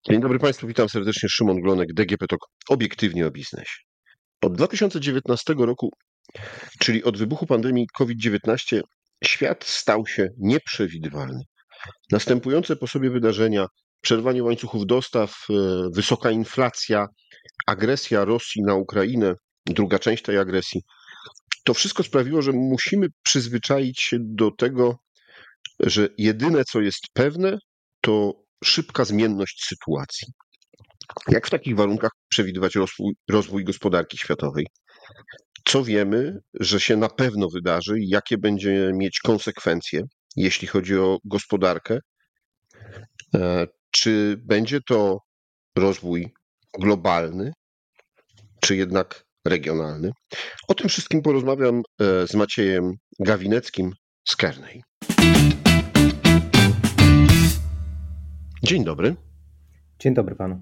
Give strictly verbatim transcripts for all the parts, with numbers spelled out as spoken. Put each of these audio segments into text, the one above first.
Dzień dobry Państwu, witam serdecznie. Szymon Glonek, D G P TOK, obiektywnie o biznesie. Od dwa tysiące dziewiętnastego roku, czyli od wybuchu pandemii COVID dziewiętnaście, świat stał się nieprzewidywalny. Następujące po sobie wydarzenia, przerwanie łańcuchów dostaw, e, wysoka inflacja, agresja Rosji na Ukrainę, druga część tej agresji, to wszystko sprawiło, że musimy przyzwyczaić się do tego, że jedyne co jest pewne, to szybka zmienność sytuacji. Jak w takich warunkach przewidywać rozwój, rozwój gospodarki światowej? Co wiemy, że się na pewno wydarzy i jakie będzie mieć konsekwencje, jeśli chodzi o gospodarkę? E, Czy będzie to rozwój globalny, czy jednak regionalny? O tym wszystkim porozmawiam e, z Maciejem Gawineckim z Kearney. Dzień dobry. Dzień dobry panu.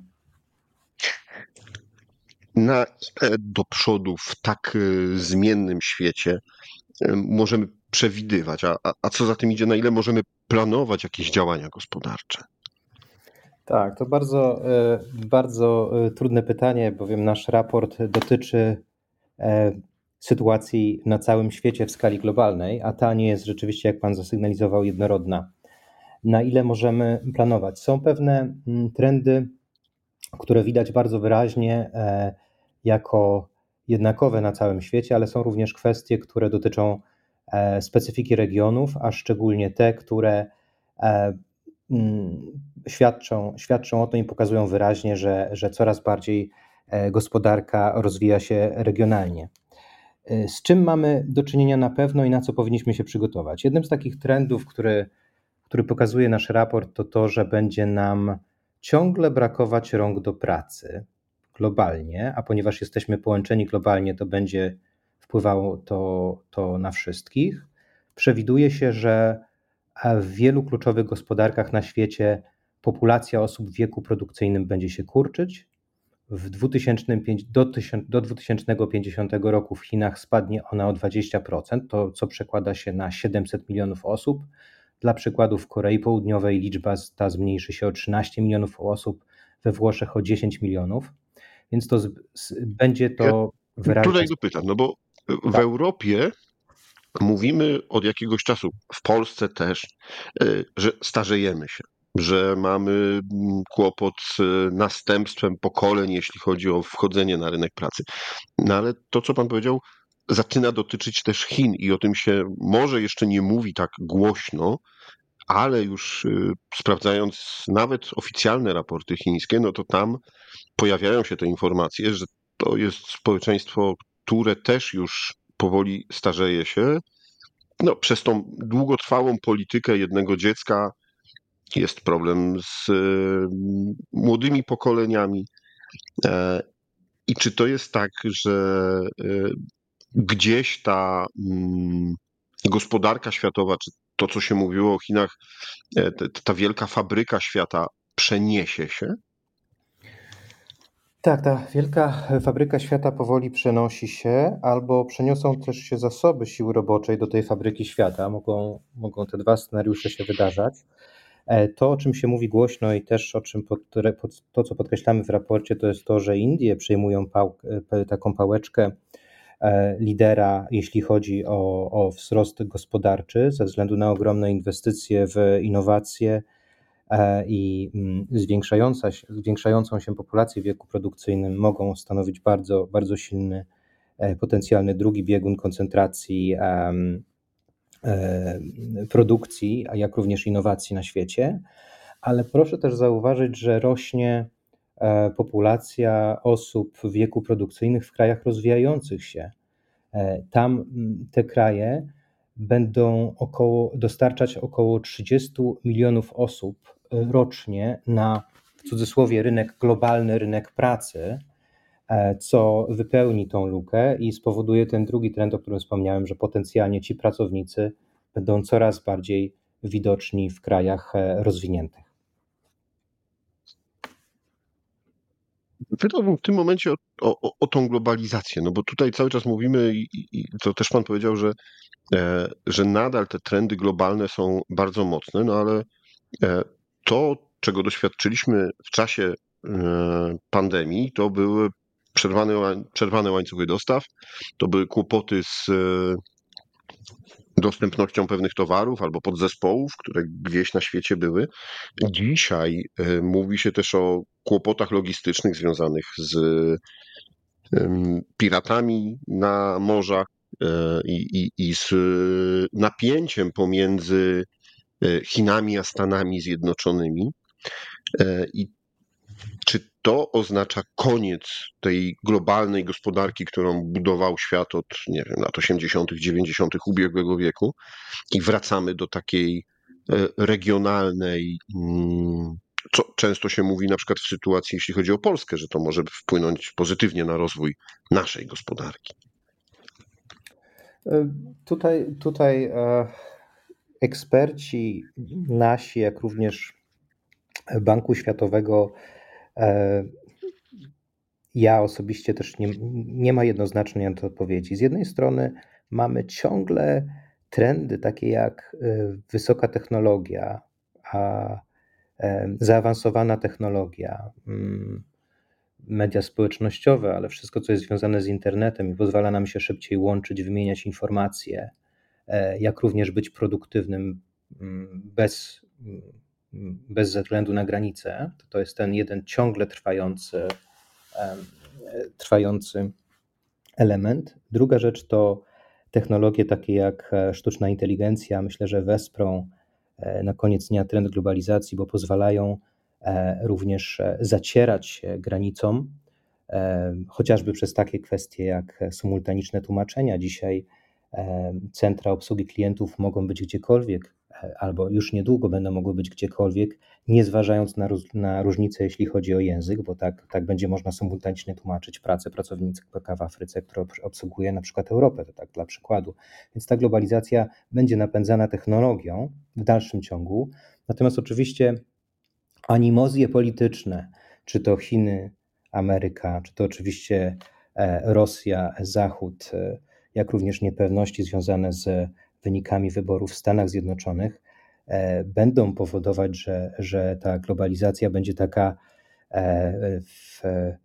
Na ile do przodu w tak y, zmiennym świecie y, możemy przewidywać, a, a, a co za tym idzie, na ile możemy planować jakieś działania gospodarcze? Tak, to bardzo, e, bardzo e, trudne pytanie, bowiem nasz raport dotyczy e, sytuacji na całym świecie w skali globalnej, a ta nie jest rzeczywiście, jak pan zasygnalizował, jednorodna. Na ile możemy planować? Są pewne mm, trendy, które widać bardzo wyraźnie e, jako jednakowe na całym świecie, ale są również kwestie, które dotyczą e, specyfiki regionów, a szczególnie te, które e, mm, świadczą, świadczą o tym i pokazują wyraźnie, że, że coraz bardziej e, gospodarka rozwija się regionalnie. E, Z czym mamy do czynienia na pewno i na co powinniśmy się przygotować? Jednym z takich trendów, który, który pokazuje nasz raport, to to, że będzie nam ciągle brakować rąk do pracy globalnie, a ponieważ jesteśmy połączeni globalnie, to będzie wpływało to, to na wszystkich. Przewiduje się, że w wielu kluczowych gospodarkach na świecie populacja osób w wieku produkcyjnym będzie się kurczyć. W dwutysięcznym, do, do dwa tysiące pięćdziesiątego roku w Chinach spadnie ona o dwadzieścia procent, to co przekłada się na siedemset milionów osób. Dla przykładu w Korei Południowej liczba ta zmniejszy się o trzynaście milionów osób, we Włoszech o dziesięć milionów, więc to z, z, będzie to Ja wyraźnie... tutaj dopytam, no bo w Tak. Europie mówimy od jakiegoś czasu, w Polsce też, y, że starzejemy się, że mamy mm, kłopot z y, następstwem pokoleń, jeśli chodzi o wchodzenie na rynek pracy. No ale to, co pan powiedział, zaczyna dotyczyć też Chin i o tym się może jeszcze nie mówi tak głośno, ale już y, sprawdzając nawet oficjalne raporty chińskie, no to tam pojawiają się te informacje, że to jest społeczeństwo, które też już powoli starzeje się. No, przez tą długotrwałą politykę jednego dziecka jest problem z y, młodymi pokoleniami. E, I czy to jest tak, że y, gdzieś ta mm, gospodarka światowa, czy to, co się mówiło o Chinach, e, te- ta wielka fabryka świata przeniesie się? Tak, ta wielka fabryka świata powoli przenosi się, albo przeniosą też się zasoby siły roboczej do tej fabryki świata. Mogą, mogą te dwa scenariusze się wydarzać. E, To, o czym się mówi głośno i też o czym pod, pod, to, co podkreślamy w raporcie, to jest to, że Indie przejmują pał, e, taką pałeczkę e, lidera, jeśli chodzi o, o wzrost gospodarczy, ze względu na ogromne inwestycje w innowacje e, i mm, zwiększająca się, zwiększającą się populację w wieku produkcyjnym mogą stanowić bardzo, bardzo silny e, potencjalny drugi biegun koncentracji em, e, produkcji, a jak również innowacji na świecie. Ale proszę też zauważyć, że rośnie e, populacja osób w wieku produkcyjnym w krajach rozwijających się. E, Tam mm, te kraje będą około, dostarczać około trzydzieści milionów osób e, rocznie na, w cudzysłowie, rynek globalny, rynek pracy, e, co wypełni tą lukę i spowoduje ten drugi trend, o którym wspomniałem, że potencjalnie ci pracownicy będą coraz bardziej widoczni w krajach e, rozwiniętych. Pytałbym w tym momencie o, o, o tą globalizację, no bo tutaj cały czas mówimy i, i i to też pan powiedział, że, e, że nadal te trendy globalne są bardzo mocne, no ale e, to, czego doświadczyliśmy w czasie pandemii, to były przerwane, przerwane łańcuchy dostaw, to były kłopoty z dostępnością pewnych towarów albo podzespołów, które gdzieś na świecie były. Dzisiaj mówi się też o kłopotach logistycznych związanych z piratami na morzach i, i, i z napięciem pomiędzy Chinami a Stanami Zjednoczonymi. I czy to oznacza koniec tej globalnej gospodarki, którą budował świat od, nie wiem, lat osiemdziesiątych, dziewięćdziesiątych ubiegłego wieku i wracamy do takiej regionalnej, co często się mówi na przykład w sytuacji, jeśli chodzi o Polskę, że to może wpłynąć pozytywnie na rozwój naszej gospodarki? Tutaj, tutaj eksperci nasi, jak również Banku Światowego, ja osobiście też nie, nie ma jednoznacznej odpowiedzi. Z jednej strony mamy ciągle trendy takie jak wysoka technologia, a zaawansowana technologia, media społecznościowe, ale wszystko, co jest związane z internetem i pozwala nam się szybciej łączyć, wymieniać informacje, jak również być produktywnym bez, bez względu na granice. To jest ten jeden ciągle trwający, trwający element. Druga rzecz to technologie takie jak sztuczna inteligencja. Myślę, że wesprą na koniec dnia trend globalizacji, bo pozwalają również zacierać się granicom, chociażby przez takie kwestie jak symultaniczne tłumaczenia. Dzisiaj centra obsługi klientów mogą być gdziekolwiek, albo już niedługo będą mogły być gdziekolwiek, nie zważając na, na różnice, jeśli chodzi o język, bo tak, tak będzie można symultanicznie tłumaczyć pracę pracownika w Afryce, która obsługuje na przykład Europę, to tak dla przykładu. Więc ta globalizacja będzie napędzana technologią w dalszym ciągu, natomiast oczywiście animozje polityczne, czy to Chiny, Ameryka, czy to oczywiście Rosja, Zachód, jak również niepewności związane z wynikami wyborów w Stanach Zjednoczonych, będą powodować, że, że ta globalizacja będzie taka w,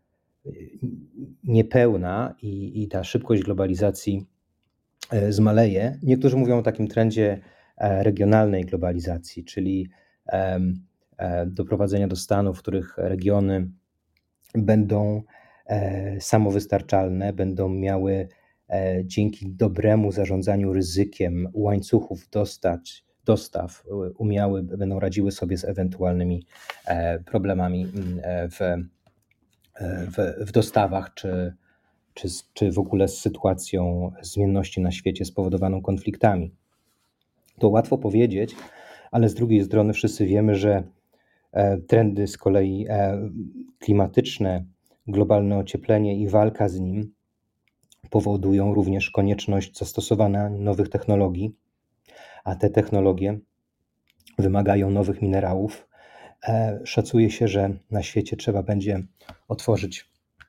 niepełna i, i ta szybkość globalizacji zmaleje. Niektórzy mówią o takim trendzie regionalnej globalizacji, czyli doprowadzenia do stanów, w których regiony będą samowystarczalne, będą miały dzięki dobremu zarządzaniu ryzykiem łańcuchów dostaw, dostaw umiały, będą radziły sobie z ewentualnymi problemami w, w, w dostawach, czy, czy, czy w ogóle z sytuacją zmienności na świecie spowodowaną konfliktami. To łatwo powiedzieć, ale z drugiej strony wszyscy wiemy, że trendy z kolei klimatyczne, globalne ocieplenie i walka z nim powodują również konieczność zastosowania nowych technologii, a te technologie wymagają nowych minerałów. Szacuje się, że na świecie trzeba będzie otworzyć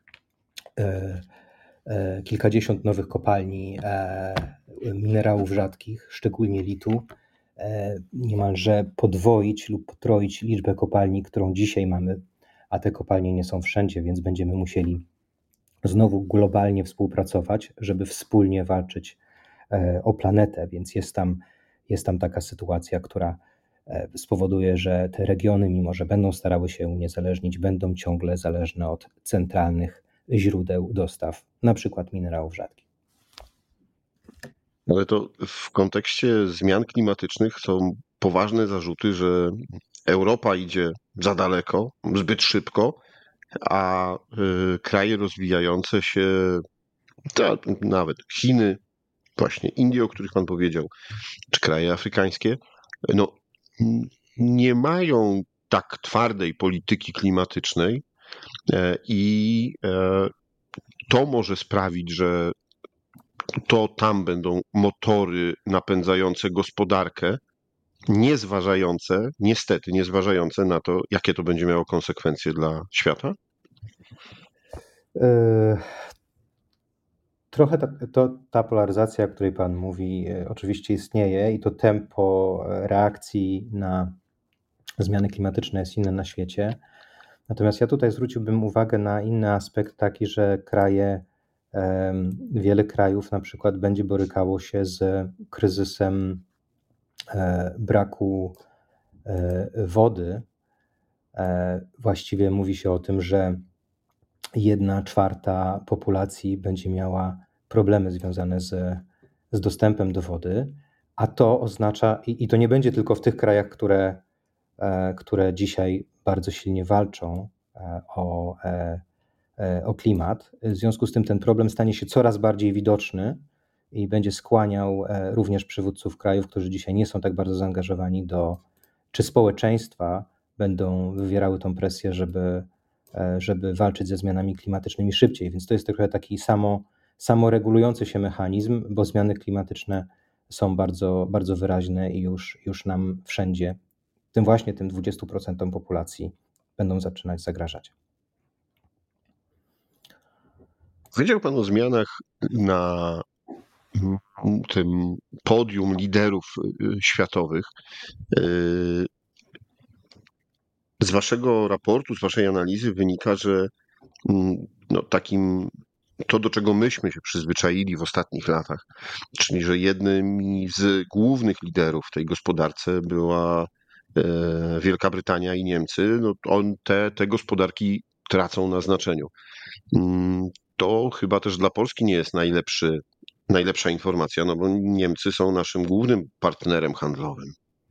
kilkadziesiąt nowych kopalni minerałów rzadkich, szczególnie litu, niemalże podwoić lub potroić liczbę kopalni, którą dzisiaj mamy, a te kopalnie nie są wszędzie, więc będziemy musieli znowu globalnie współpracować, żeby wspólnie walczyć o planetę, więc jest tam, jest tam taka sytuacja, która spowoduje, że te regiony, mimo że będą starały się uniezależnić, będą ciągle zależne od centralnych źródeł dostaw, na przykład minerałów rzadkich. Ale to w kontekście zmian klimatycznych są poważne zarzuty, że Europa idzie za daleko, zbyt szybko, a y, kraje rozwijające się, to nawet Chiny, właśnie Indie, o których pan powiedział, czy kraje afrykańskie, no nie mają tak twardej polityki klimatycznej i to może sprawić, że to tam będą motory napędzające gospodarkę, nie zważające, niestety nie zważające na to, jakie to będzie miało konsekwencje dla świata? Trochę ta, to, ta polaryzacja, o której pan mówi, oczywiście istnieje i to tempo reakcji na zmiany klimatyczne jest inne na świecie. Natomiast ja tutaj zwróciłbym uwagę na inny aspekt, taki, że kraje, wiele krajów na przykład będzie borykało się z kryzysem braku wody. Właściwie mówi się o tym, że jedna czwarta populacji będzie miała problemy związane z, z dostępem do wody, a to oznacza, i, i to nie będzie tylko w tych krajach, które, które dzisiaj bardzo silnie walczą o, o klimat. W związku z tym ten problem stanie się coraz bardziej widoczny i będzie skłaniał również przywódców krajów, którzy dzisiaj nie są tak bardzo zaangażowani do, czy społeczeństwa będą wywierały tą presję, żeby, żeby walczyć ze zmianami klimatycznymi szybciej. Więc to jest trochę taki samo, samoregulujący się mechanizm, bo zmiany klimatyczne są bardzo, bardzo wyraźne i już, już nam wszędzie, tym właśnie tym dwudziestu procentom populacji, będą zaczynać zagrażać. Powiedział Pan o zmianach na tym podium liderów światowych. Z Waszego raportu, z Waszej analizy wynika, że no, takim to, do czego myśmy się przyzwyczaili w ostatnich latach, czyli że jednymi z głównych liderów w tej gospodarce była Wielka Brytania i Niemcy, no on, te, te gospodarki tracą na znaczeniu. To chyba też dla Polski nie jest najlepszy, najlepsza informacja, no bo Niemcy są naszym głównym partnerem handlowym.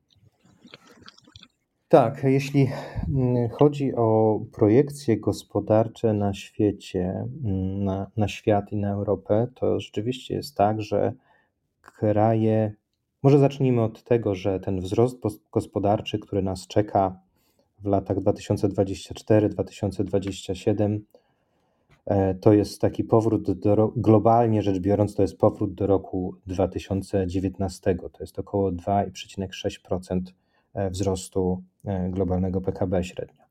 Tak, jeśli chodzi o projekcje gospodarcze na świecie, na, na świat i na Europę, to rzeczywiście jest tak, że kraje, może zacznijmy od tego, że ten wzrost gospodarczy, który nas czeka w latach dwa tysiące dwudziestym czwartym do dwa tysiące dwudziestego siódmego, to jest taki powrót, do, globalnie rzecz biorąc, to jest powrót do roku dwa tysiące dziewiętnastego. To jest około dwa przecinek sześć procent wzrostu globalnego P K B średnio.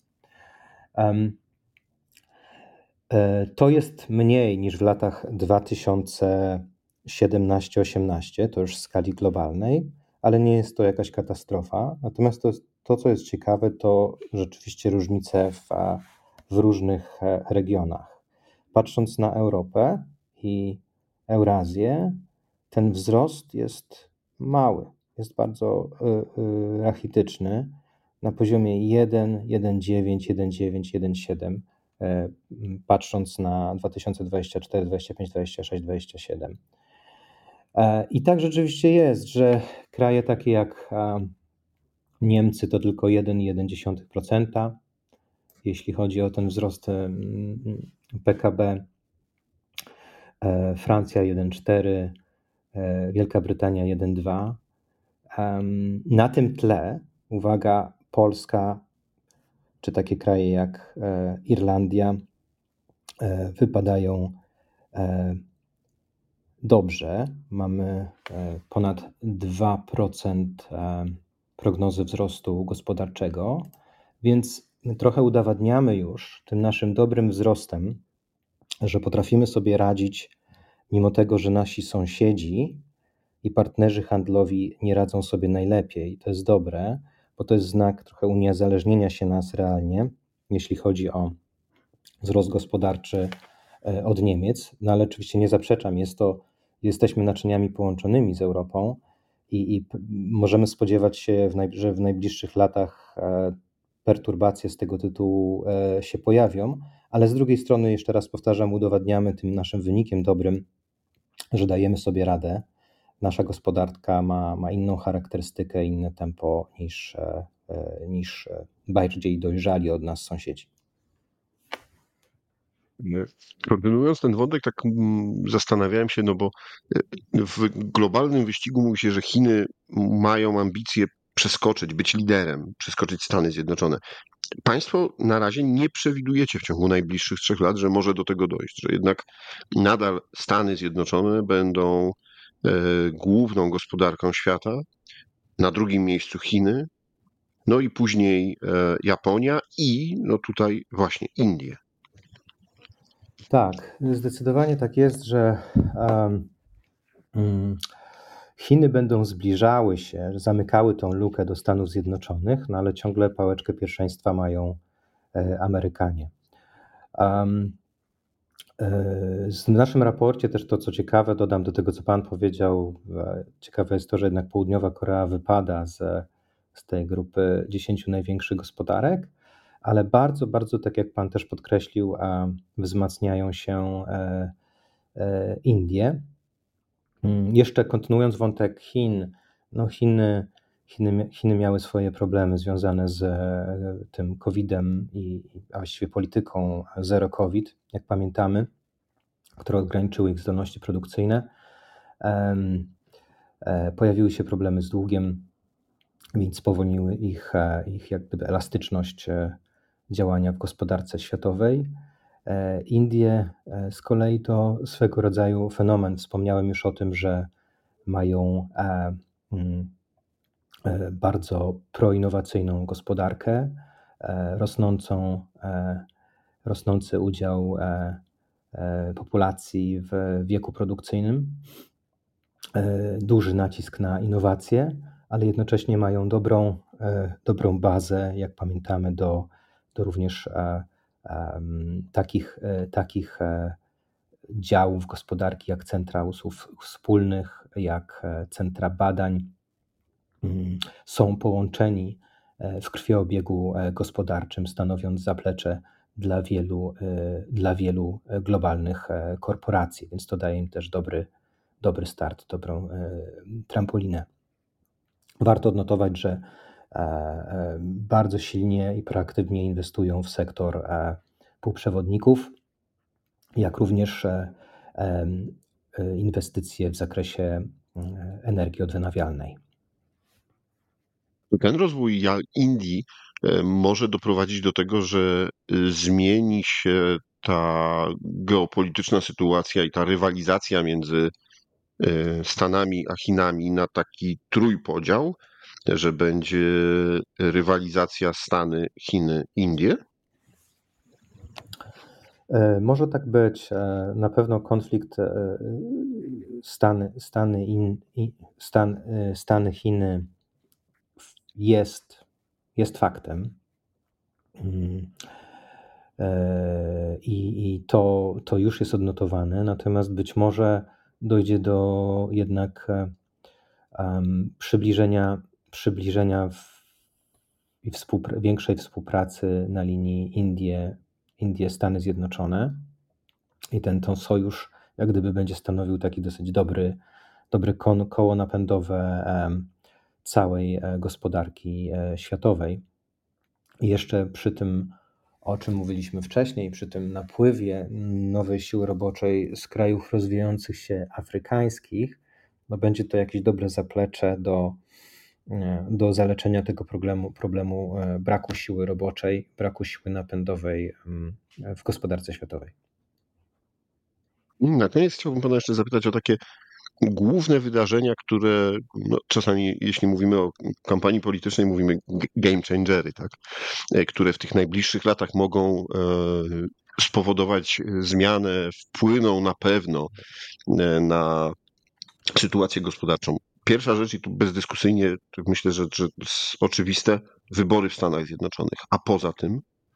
To jest mniej niż w latach dwa tysiące siedemnastym osiemnastym, to już w skali globalnej, ale nie jest to jakaś katastrofa. Natomiast to, jest, to co jest ciekawe, to rzeczywiście różnice w, w różnych regionach. Patrząc na Europę i Eurazję, ten wzrost jest mały, jest bardzo rachityczny, na poziomie jeden, jeden przecinek dziewięć, jeden przecinek dziewięć, jeden przecinek siedem, patrząc na dwa tysiące dwudziesty czwarty, dwudziesty piąty, dwudziesty szósty, dwudziesty siódmy. I tak rzeczywiście jest, że kraje takie jak Niemcy to tylko jeden przecinek jeden procent, jeśli chodzi o ten wzrost P K B, Francja jeden przecinek cztery, Wielka Brytania jeden przecinek dwa. Na tym tle, uwaga, Polska czy takie kraje jak Irlandia wypadają dobrze. Mamy ponad dwa procent prognozy wzrostu gospodarczego, więc trochę udowadniamy już tym naszym dobrym wzrostem, że potrafimy sobie radzić, mimo tego, że nasi sąsiedzi i partnerzy handlowi nie radzą sobie najlepiej. To jest dobre, bo to jest znak trochę uniezależnienia się nas realnie, jeśli chodzi o wzrost gospodarczy od Niemiec. No ale oczywiście nie zaprzeczam, jest to, jesteśmy naczyniami połączonymi z Europą i, i możemy spodziewać się, w naj, że w najbliższych latach perturbacje z tego tytułu się pojawią, ale z drugiej strony, jeszcze raz powtarzam, udowadniamy tym naszym wynikiem dobrym, że dajemy sobie radę. Nasza gospodarka ma, ma inną charakterystykę, inne tempo niż, niż bardziej dojrzali od nas sąsiedzi. Kontynuując ten wątek, tak zastanawiałem się, no bo w globalnym wyścigu mówi się, że Chiny mają ambicje przeskoczyć, być liderem, przeskoczyć Stany Zjednoczone. Państwo na razie nie przewidujecie w ciągu najbliższych trzech lat, że może do tego dojść, że jednak nadal Stany Zjednoczone będą e, główną gospodarką świata, na drugim miejscu Chiny, no i później e, Japonia i no tutaj właśnie Indie. Tak, zdecydowanie tak jest, że um, um, Chiny będą zbliżały się, zamykały tą lukę do Stanów Zjednoczonych, no ale ciągle pałeczkę pierwszeństwa mają Amerykanie. Um, W naszym raporcie też to, co ciekawe, dodam do tego, co Pan powiedział, ciekawe jest to, że jednak Południowa Korea wypada z, z tej grupy dziesięciu największych gospodarek, ale bardzo, bardzo, tak jak Pan też podkreślił, wzmacniają się Indie. Jeszcze kontynuując wątek Chin, no Chiny, Chiny, Chiny miały swoje problemy związane z tym kowidem i a właściwie polityką zero COVID, jak pamiętamy, które ograniczyły ich zdolności produkcyjne. Pojawiły się problemy z długiem, więc spowolniły ich, ich jak gdyby elastyczność działania w gospodarce światowej. Indie z kolei to swego rodzaju fenomen. Wspomniałem już o tym, że mają bardzo proinnowacyjną gospodarkę, rosnącą, rosnący udział populacji w wieku produkcyjnym, duży nacisk na innowacje, ale jednocześnie mają dobrą, dobrą bazę, jak pamiętamy, do, do również takich, takich działów gospodarki jak centra usług wspólnych, jak centra badań. Są połączeni w krwiobiegu gospodarczym, stanowiąc zaplecze dla wielu, dla wielu globalnych korporacji, więc to daje im też dobry, dobry start, dobrą trampolinę. Warto odnotować, że bardzo silnie i proaktywnie inwestują w sektor półprzewodników, jak również inwestycje w zakresie energii odnawialnej. Ten rozwój Indii może doprowadzić do tego, że zmieni się ta geopolityczna sytuacja i ta rywalizacja między Stanami a Chinami na taki trójpodział, że będzie rywalizacja Stany, Chiny, Indie? Może tak być. Na pewno konflikt Stany, Stany, in, Stan, Stany Chiny jest, jest faktem. I, i to, to już jest odnotowane, natomiast być może dojdzie do jednak um, przybliżenia, przybliżenia w, i współpra- większej współpracy na linii Indie, Indie, Stany Zjednoczone. I ten to sojusz jak gdyby będzie stanowił taki dosyć dobry, dobry kon, koło napędowe um, całej gospodarki światowej. I jeszcze przy tym, o czym mówiliśmy wcześniej, przy tym napływie nowej siły roboczej z krajów rozwijających się afrykańskich, no będzie to jakieś dobre zaplecze do, do zaleczenia tego problemu, problemu braku siły roboczej, braku siły napędowej w gospodarce światowej. Na koniec chciałbym pana jeszcze zapytać o takie główne wydarzenia, które no, czasami, jeśli mówimy o kampanii politycznej, mówimy game changery, tak? Które w tych najbliższych latach mogą spowodować zmianę, wpłyną na pewno na sytuację gospodarczą. Pierwsza rzecz, i tu bezdyskusyjnie myślę, że, że oczywiste, wybory w Stanach Zjednoczonych. A poza tym?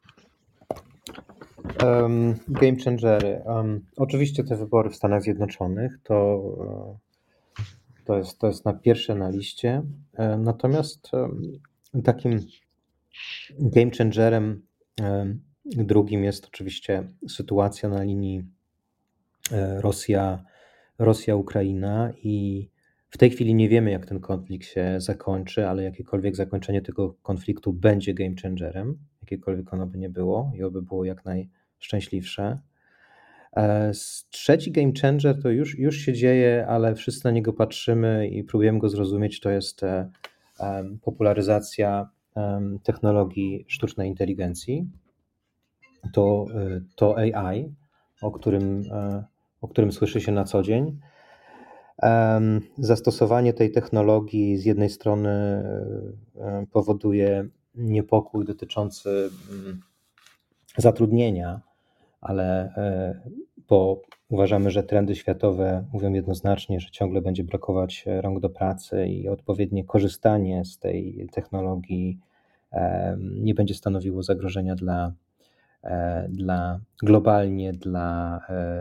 Um, game changery. Um, oczywiście te wybory w Stanach Zjednoczonych to, to, jest, to jest na pierwsze na liście. Natomiast um, takim game changerem um, drugim jest oczywiście sytuacja na linii Rosja, Rosja-Ukraina i w tej chwili nie wiemy, jak ten konflikt się zakończy, ale jakiekolwiek zakończenie tego konfliktu będzie game changerem, jakiekolwiek ono by nie było i oby było jak najszczęśliwsze. Trzeci game changer to już, już się dzieje, ale wszyscy na niego patrzymy i próbujemy go zrozumieć, to jest um, popularyzacja um, technologii sztucznej inteligencji. To, to A I, o którym o którym słyszy się na co dzień. Zastosowanie tej technologii z jednej strony powoduje niepokój dotyczący zatrudnienia, ale po Uważamy, że trendy światowe mówią jednoznacznie, że ciągle będzie brakować rąk do pracy i odpowiednie korzystanie z tej technologii nie będzie stanowiło zagrożenia dla, dla globalnie dla,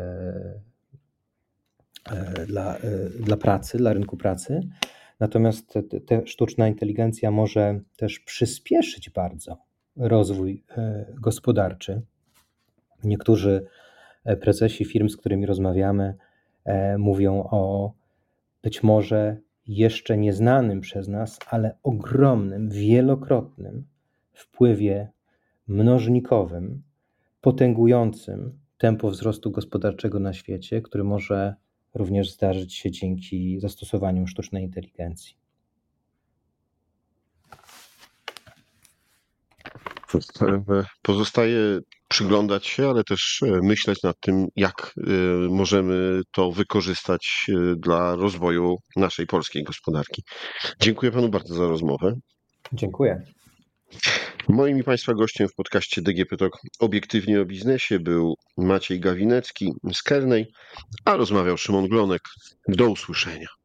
dla, dla pracy, dla rynku pracy. Natomiast te sztuczna inteligencja może też przyspieszyć bardzo rozwój gospodarczy. Niektórzy prezesi firm, z którymi rozmawiamy, mówią o być może jeszcze nieznanym przez nas, ale ogromnym, wielokrotnym wpływie mnożnikowym, potęgującym tempo wzrostu gospodarczego na świecie, który może również zdarzyć się dzięki zastosowaniu sztucznej inteligencji. Pozostaje przyglądać się, ale też myśleć nad tym, jak możemy to wykorzystać dla rozwoju naszej polskiej gospodarki. Dziękuję panu bardzo za rozmowę. Dziękuję. Moim i państwa gościem w podcaście D G P Talk Obiektywnie o biznesie był Maciej Gawinecki z Kernej, a rozmawiał Szymon Glonek. Do usłyszenia.